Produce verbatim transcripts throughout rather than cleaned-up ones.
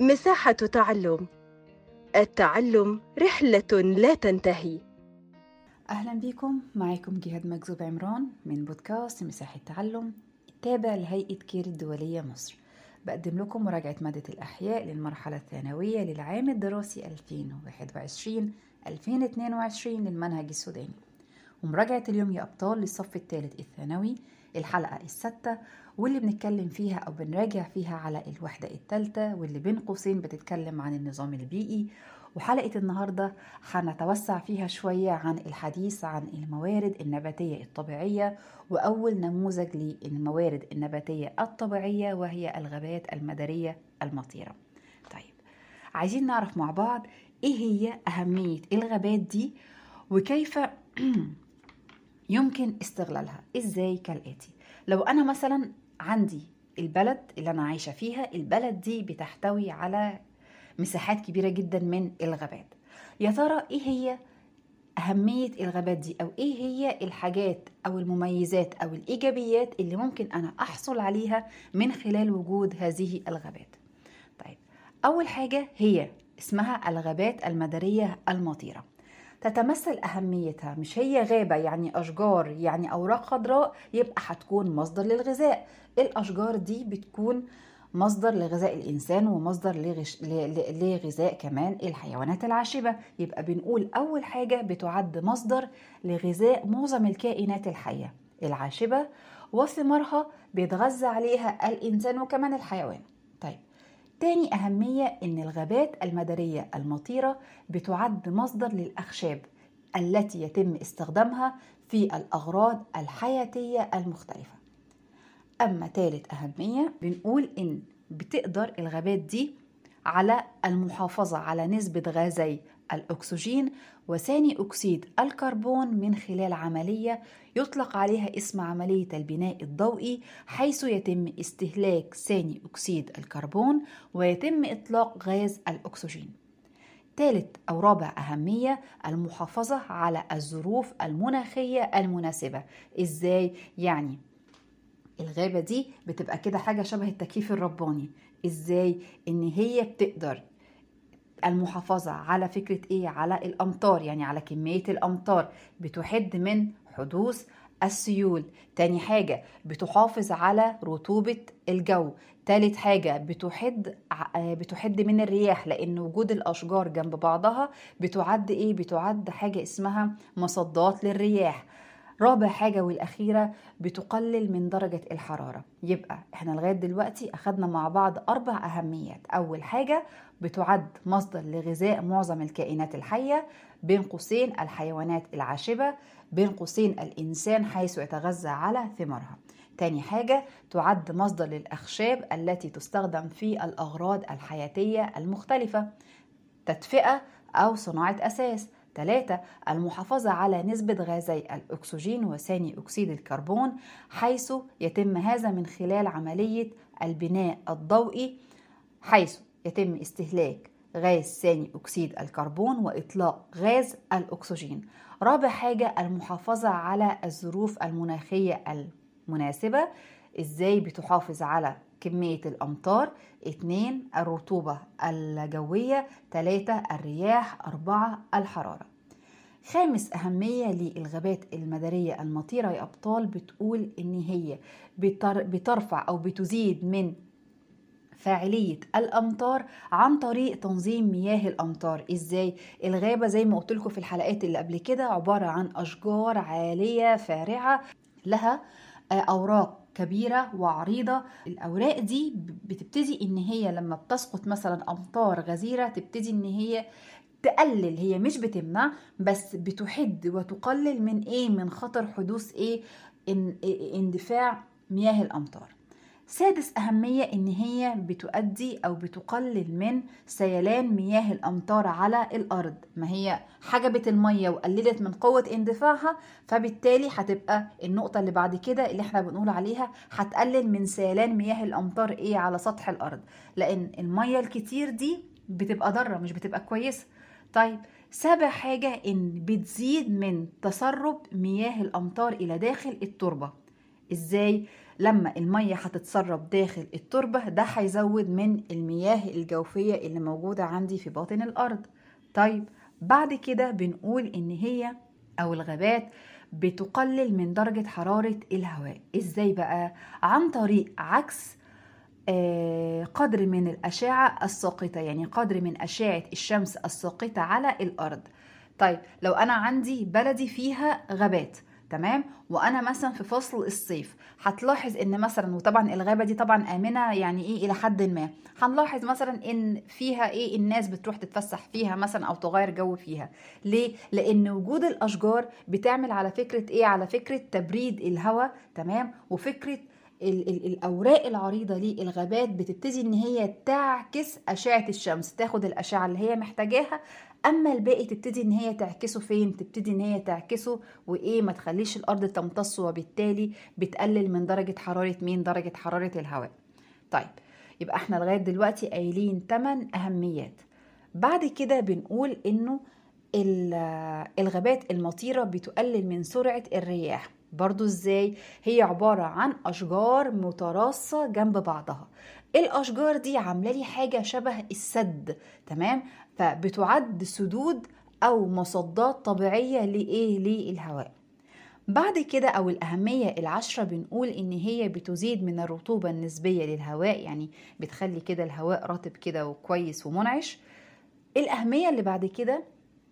مساحة تعلم. التعلم رحلة لا تنتهي. أهلا بكم، معكم جهاد مكذوب عمران من بودكاست مساحة تعلم التابع لهيئة كير الدولية مصر. بقدم لكم مراجعة مادة الأحياء للمرحلة الثانوية للعام الدراسي ألفين وواحد وعشرين ألفين واثنين وعشرين للمنهج السوداني، ومراجعة اليوم يا أبطال للصف الثالث الثانوي الحلقة الستة، واللي بنتكلم فيها أو بنراجع فيها على الوحدة الثالثة، واللي بين قوسين بتتكلم عن النظام البيئي. وحلقة النهاردة هنتوسع فيها شوية عن الحديث عن الموارد النباتية الطبيعية، وأول نموذج للموارد النباتية الطبيعية وهي الغابات المدارية المطيرة. طيب، عايزين نعرف مع بعض إيه هي أهمية الغابات دي وكيف يمكن استغلالها. إزاي؟ كالآتي: لو أنا مثلا عندي البلد اللي أنا عايشة فيها، البلد دي بتحتوي على مساحات كبيرة جدا من الغابات. يا ترى إيه هي أهمية الغابات دي، أو إيه هي الحاجات أو المميزات أو الإيجابيات اللي ممكن أنا أحصل عليها من خلال وجود هذه الغابات؟ طيب، أول حاجة هي اسمها الغابات المدارية المطيرة. تتمثل أهميتها، مش هي غابة يعني أشجار يعني أوراق خضراء يبقى هتكون مصدر للغذاء. الأشجار دي بتكون مصدر لغذاء الإنسان ومصدر لغش... لغذاء كمان الحيوانات العاشبة. يبقى بنقول أول حاجة بتعد مصدر لغذاء معظم الكائنات الحية العاشبة، وثمارها بيتغذى عليها الإنسان وكمان الحيوان. طيب، تاني أهمية إن الغابات المدارية المطيرة بتعد مصدر للأخشاب التي يتم استخدامها في الأغراض الحياتية المختلفة. أما ثالث أهمية بنقول إن بتقدر الغابات دي على المحافظة على نسبة غازي الأكسجين وثاني أكسيد الكربون من خلال عملية يطلق عليها اسم عملية البناء الضوئي، حيث يتم استهلاك ثاني أكسيد الكربون ويتم إطلاق غاز الأكسجين. ثالث أو رابع أهمية المحافظة على الظروف المناخية المناسبة. إزاي؟ يعني الغابة دي بتبقى كده حاجة شبه التكييف الرباني. إزاي؟ إن هي بتقدر المحافظة على فكرة إيه؟ على الأمطار، يعني على كمية الأمطار، بتحد من حدوث السيول. تاني حاجة بتحافظ على رطوبة الجو. تالت حاجة بتحد بتحد من الرياح، لأن وجود الأشجار جنب بعضها بتعد إيه؟ بتعد حاجة اسمها مصدات للرياح. رابع حاجة والأخيرة بتقلل من درجة الحرارة. يبقى احنا لغاية دلوقتي أخدنا مع بعض أربع أهميات. أول حاجة بتعد مصدر لغذاء معظم الكائنات الحية، بين قوسين الحيوانات العاشبة، بين قوسين الإنسان حيث يتغذى على ثمارها. تاني حاجة تعد مصدر للأخشاب التي تستخدم في الأغراض الحياتية المختلفة، تدفئة أو صناعة أساس. ثلاثة المحافظة على نسبة غازي الأكسجين وثاني أكسيد الكربون، حيث يتم هذا من خلال عملية البناء الضوئي، حيث يتم استهلاك غاز ثاني أكسيد الكربون وإطلاق غاز الأكسجين. رابع حاجة المحافظة على الظروف المناخية المناسبة. إزاي بتحافظ على كمية الأمطار؟ اثنين الرطوبة الجوية، ثلاثة الرياح، أربعة الحرارة. خامس أهمية للغابات المدارية المطيرة يا أبطال بتقول إن هي بترفع أو بتزيد من فاعلية الأمطار عن طريق تنظيم مياه الأمطار. إزاي؟ الغابة زي ما قلت لكم في الحلقات اللي قبل كده عبارة عن أشجار عالية فارعة لها أوراق كبيرة وعريضة. الأوراق دي بتبتدي إن هي لما بتسقط مثلا أمطار غزيرة تبتدي إن هي تقلل، هي مش بتمنع بس بتحد وتقلل من إيه؟ من خطر حدوث إيه؟ اندفاع مياه الأمطار. سادس أهمية إن هي بتؤدي أو بتقلل من سيلان مياه الأمطار على الأرض. ما هي حجبت المية وقللت من قوة اندفاعها، فبالتالي هتبقى النقطة اللي بعد كده اللي احنا بنقول عليها هتقلل من سيلان مياه الأمطار إيه؟ على سطح الأرض، لأن المية الكتير دي بتبقى ضارة مش بتبقى كويسة. طيب، سابع حاجة إن بتزيد من تسرب مياه الأمطار إلى داخل التربة. إزاي؟ لما المية هتتسرب داخل التربة ده هيزود من المياه الجوفية اللي موجودة عندي في باطن الأرض. طيب بعد كده بنقول إن هي أو الغابات بتقلل من درجة حرارة الهواء. إزاي بقى؟ عن طريق عكس آه، قدر من الأشعة الساقطة، يعني قدر من أشعة الشمس الساقطة على الأرض. طيب لو أنا عندي بلدي فيها غابات، تمام، وأنا مثلا في فصل الصيف، هتلاحظ إن مثلا، وطبعا الغابة دي طبعا آمنة يعني إيه إلى حد ما، هنلاحظ مثلا إن فيها إيه الناس بتروح تتفسح فيها مثلا أو تغير جو فيها. ليه؟ لأن وجود الأشجار بتعمل على فكرة إيه؟ على فكرة تبريد الهواء، تمام، وفكرة ال- ال- الأوراق العريضة للغابات بتبتدي إن هي تعكس أشعة الشمس، تاخد الأشعة اللي هي محتاجاها، أما الباقي تبتدي إن هي تعكسه فين؟ تبتدي إن هي تعكسه وإيه، ما تخليش الأرض تمتص، وبالتالي بتقلل من درجة حرارة مين؟ درجة حرارة الهواء. طيب يبقى احنا لغاية دلوقتي قايلين تمن أهميات. بعد كده بنقول إنه ال- الغابات المطيرة بتقلل من سرعة الرياح. برضو ازاي؟ هي عبارة عن أشجار متراصة جنب بعضها. الأشجار دي عاملة لي حاجة شبه السد، تمام، فبتعد سدود أو مصدات طبيعية لإيه؟ للهواء. بعد كده أو الأهمية العشرة بنقول إن هي بتزيد من الرطوبة النسبية للهواء، يعني بتخلي كده الهواء رطب كده وكويس ومنعش. الأهمية اللي بعد كده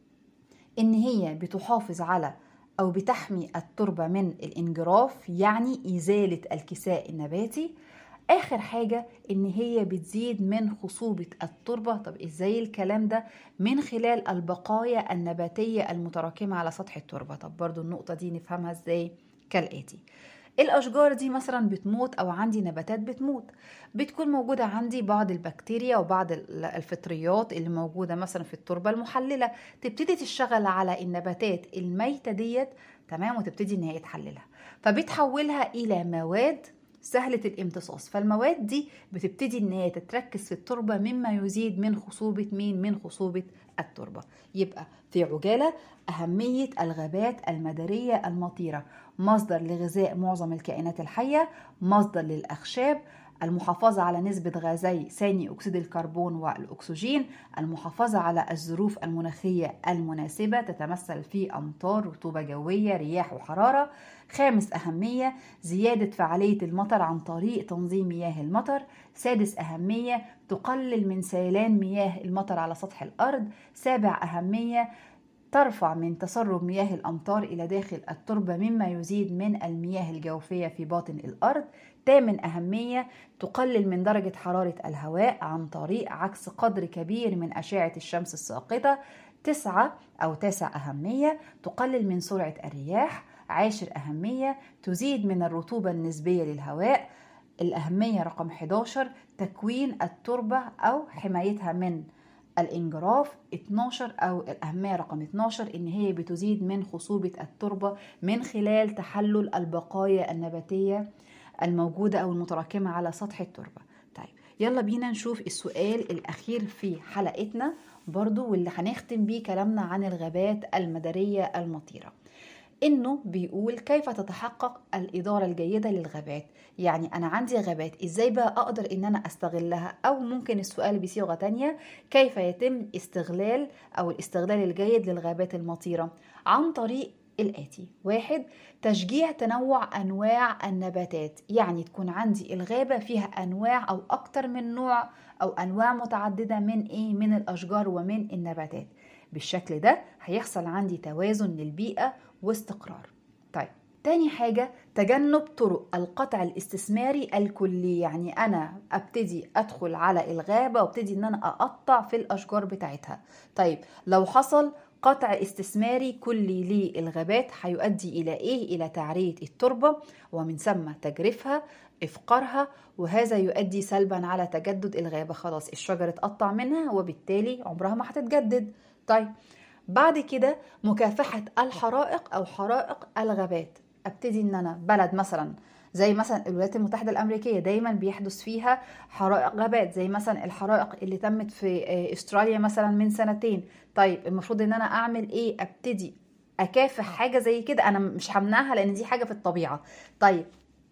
إن هي بتحافظ على أو بتحمي التربة من الانجراف، يعني إزالة الكساء النباتي. آخر حاجة إن هي بتزيد من خصوبة التربة. طب إزاي الكلام ده؟ من خلال البقايا النباتية المتراكمة على سطح التربة. طب برضو النقطة دي نفهمها إزاي؟ كالآتي: الأشجار دي مثلا بتموت أو عندي نباتات بتموت، بتكون موجودة عندي بعض البكتيريا وبعض الفطريات اللي موجودة مثلا في التربة المحللة، تبتدي تشتغل على النباتات الميتة ديت، تمام، وتبتدي إن هي تحللها، فبتحولها إلى مواد سهلة الامتصاص. فالمواد دي بتبتدي إن هي تتركز في التربة، مما يزيد من خصوبة مين؟ من خصوبة التربة. يبقى في عجالة أهمية الغابات المدارية المطيرة: مصدر لغذاء معظم الكائنات الحية، مصدر للأخشاب، المحافظة على نسبة غازي ثاني أكسيد الكربون والأكسجين، المحافظة على الظروف المناخية المناسبة تتمثل في أمطار، رطوبة جوية، رياح وحرارة. خامس أهمية زيادة فعالية المطر عن طريق تنظيم مياه المطر. سادس أهمية تقلل من سيلان مياه المطر على سطح الأرض. سابع أهمية ترفع من تسرب مياه الأمطار إلى داخل التربة، مما يزيد من المياه الجوفية في باطن الأرض. ثامن أهمية تقلل من درجة حرارة الهواء عن طريق عكس قدر كبير من أشعة الشمس الساقطة. تسعة أو تاسع أهمية تقلل من سرعة الرياح. عاشر أهمية تزيد من الرطوبة النسبية للهواء. الأهمية رقم حداشر تكوين التربة أو حمايتها من الانجراف. اتناشر أو الأهمية رقم اتناشر إن هي بتزيد من خصوبة التربة من خلال تحلل البقايا النباتية الموجودة أو المتراكمة على سطح التربة. طيب يلا بينا نشوف السؤال الأخير في حلقتنا برضو، واللي هنختم بيه كلامنا عن الغابات المدارية المطيرة. إنه بيقول: كيف تتحقق الإدارة الجيدة للغابات؟ يعني أنا عندي غابات، إزاي بقى أقدر إن أنا أستغلها؟ أو ممكن السؤال بصيغة تانية: كيف يتم استغلال أو الاستغلال الجيد للغابات المطيرة؟ عن طريق الآتي: واحد، تشجيع تنوع أنواع النباتات، يعني تكون عندي الغابة فيها أنواع أو أكتر من نوع أو أنواع متعددة من إيه؟ من الأشجار ومن النباتات. بالشكل ده هيحصل عندي توازن للبيئة واستقرار. طيب تاني حاجة: تجنب طرق القطع الاستثماري الكلي، يعني أنا أبتدي أدخل على الغابة وابتدي أن أنا أقطع في الأشجار بتاعتها. طيب لو حصل قطع استثماري كلي للغابات هيؤدي إلى إيه؟ إلى تعرية التربة ومن ثم تجريفها، إفقارها، وهذا يؤدي سلبا على تجدد الغابة. خلاص الشجرة اتقطع منها وبالتالي عمرها ما هتتجدد. طيب بعد كده مكافحة الحرائق أو حرائق الغابات. أبتدي إن أنا بلد مثلا زي مثلا الولايات المتحدة الأمريكية دايما بيحدث فيها حرائق غابات، زي مثلا الحرائق اللي تمت في استراليا مثلا من سنتين. طيب المفروض إن أنا أعمل إيه؟ أبتدي أكافح حاجة زي كده. أنا مش همنعها لأن دي حاجة في الطبيعة. طيب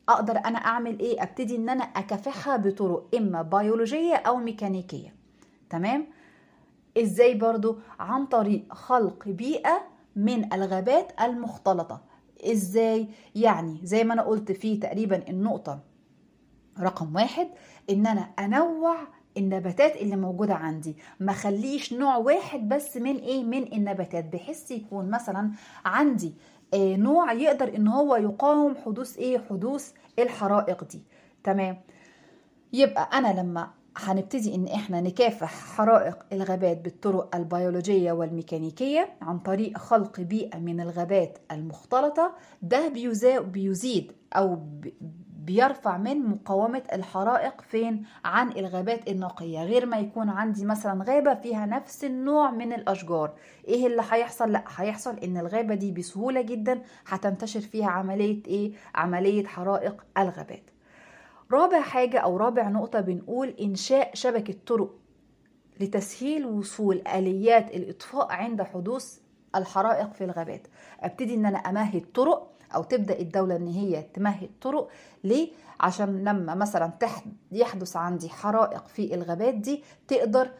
اقدر انا اعمل ايه؟ ابتدي ان انا اكافحها بطرق اما بيولوجية او ميكانيكية. تمام؟ ازاي برضو؟ عن طريق خلق بيئة من الغابات المختلطة. ازاي؟ يعني زي ما انا قلت في تقريبا النقطة رقم واحد، ان انا انوع النباتات اللي موجودة عندي، ما خليش نوع واحد بس من ايه من النباتات، بحيث يكون مثلا عندي آه نوع يقدر ان هو يقاوم حدوث ايه حدوث الحرائق دي. تمام؟ يبقى انا لما هنبتدي ان احنا نكافح حرائق الغابات بالطرق البيولوجية والميكانيكية عن طريق خلق بيئة من الغابات المختلطة، ده بيزيد او بيرفع من مقاومة الحرائق فين؟ عن الغابات النقية. غير ما يكون عندي مثلا غابة فيها نفس النوع من الأشجار، ايه اللي هيحصل؟ لا، هيحصل ان الغابة دي بسهولة جدا هتنتشر فيها عملية ايه؟ عملية حرائق الغابات. رابع حاجة أو رابع نقطة بنقول إنشاء شبكة طرق لتسهيل وصول آليات الإطفاء عند حدوث الحرائق في الغابات. أبتدي إن أنا أمهد طرق، أو تبدأ الدولة إن هي تمهد طرق. ليه؟ عشان لما مثلا يحدث عندي حرائق في الغابات دي تقدر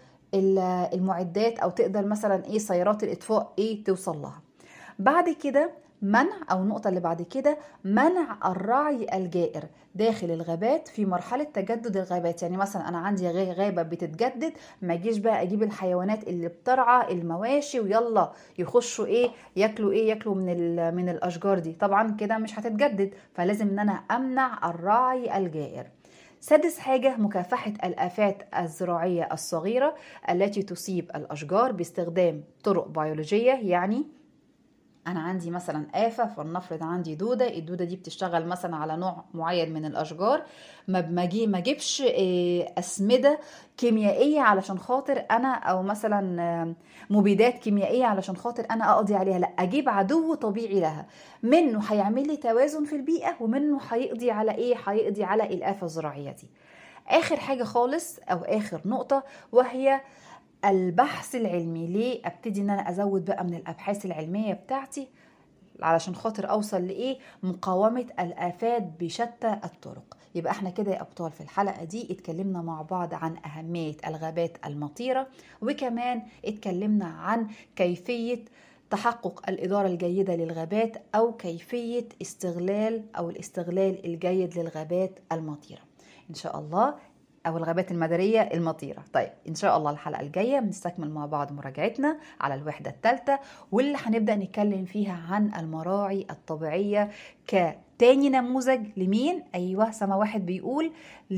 المعدات أو تقدر مثلا إيه سيارات الإطفاء إيه توصل لها. بعد كده منع أو النقطة اللي بعد كده منع الرعي الجائر داخل الغابات في مرحلة تجدد الغابات. يعني مثلا أنا عندي غابة بتتجدد، ما اجيش بقى أجيب الحيوانات اللي بترعى المواشي ويلا يخشوا إيه ياكلوا إيه ياكلوا من من الأشجار دي، طبعا كده مش هتتجدد. فلازم إن أنا أمنع الرعي الجائر. سادس حاجة مكافحة الآفات الزراعية الصغيرة التي تصيب الأشجار باستخدام طرق بيولوجية. يعني أنا عندي مثلا آفة، فلنفرض عندي دودة، الدودة دي بتشتغل مثلا على نوع معين من الأشجار، ما ما جيبش أسمدة كيميائية علشان خاطر أنا، أو مثلا مبيدات كيميائية علشان خاطر أنا أقضي عليها، لا، أجيب عدو طبيعي لها، منه هيعمل لي توازن في البيئة ومنه هيقضي على إيه؟ هيقضي على الآفة الزراعية دي. آخر حاجة خالص أو آخر نقطة وهي البحث العلمي. ليه ابتدي ان انا ازود بقى من الابحاث العلمية بتاعتي علشان خاطر اوصل لايه؟ مقاومة الآفات بشتى الطرق. يبقى احنا كده يا ابطال في الحلقة دي اتكلمنا مع بعض عن اهمية الغابات المطيرة، وكمان اتكلمنا عن كيفية تحقق الإدارة الجيدة للغابات أو كيفية استغلال أو الاستغلال الجيد للغابات المطيرة إن شاء الله، أو الغابات المدارية المطيرة. طيب إن شاء الله الحلقة الجاية بنستكمل مع بعض مراجعتنا على الوحدة الثالثة، واللي هنبدأ نتكلم فيها عن المراعي الطبيعية كتاني نموذج لمين؟ أيوة، سما واحد بيقول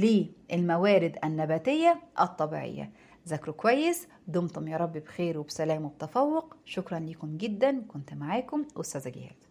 للموارد النباتية الطبيعية. ذاكروا كويس، دمتم يا رب بخير وبسلام وبتفوق. شكرا لكم جدا، كنت معاكم أستاذة جهاد.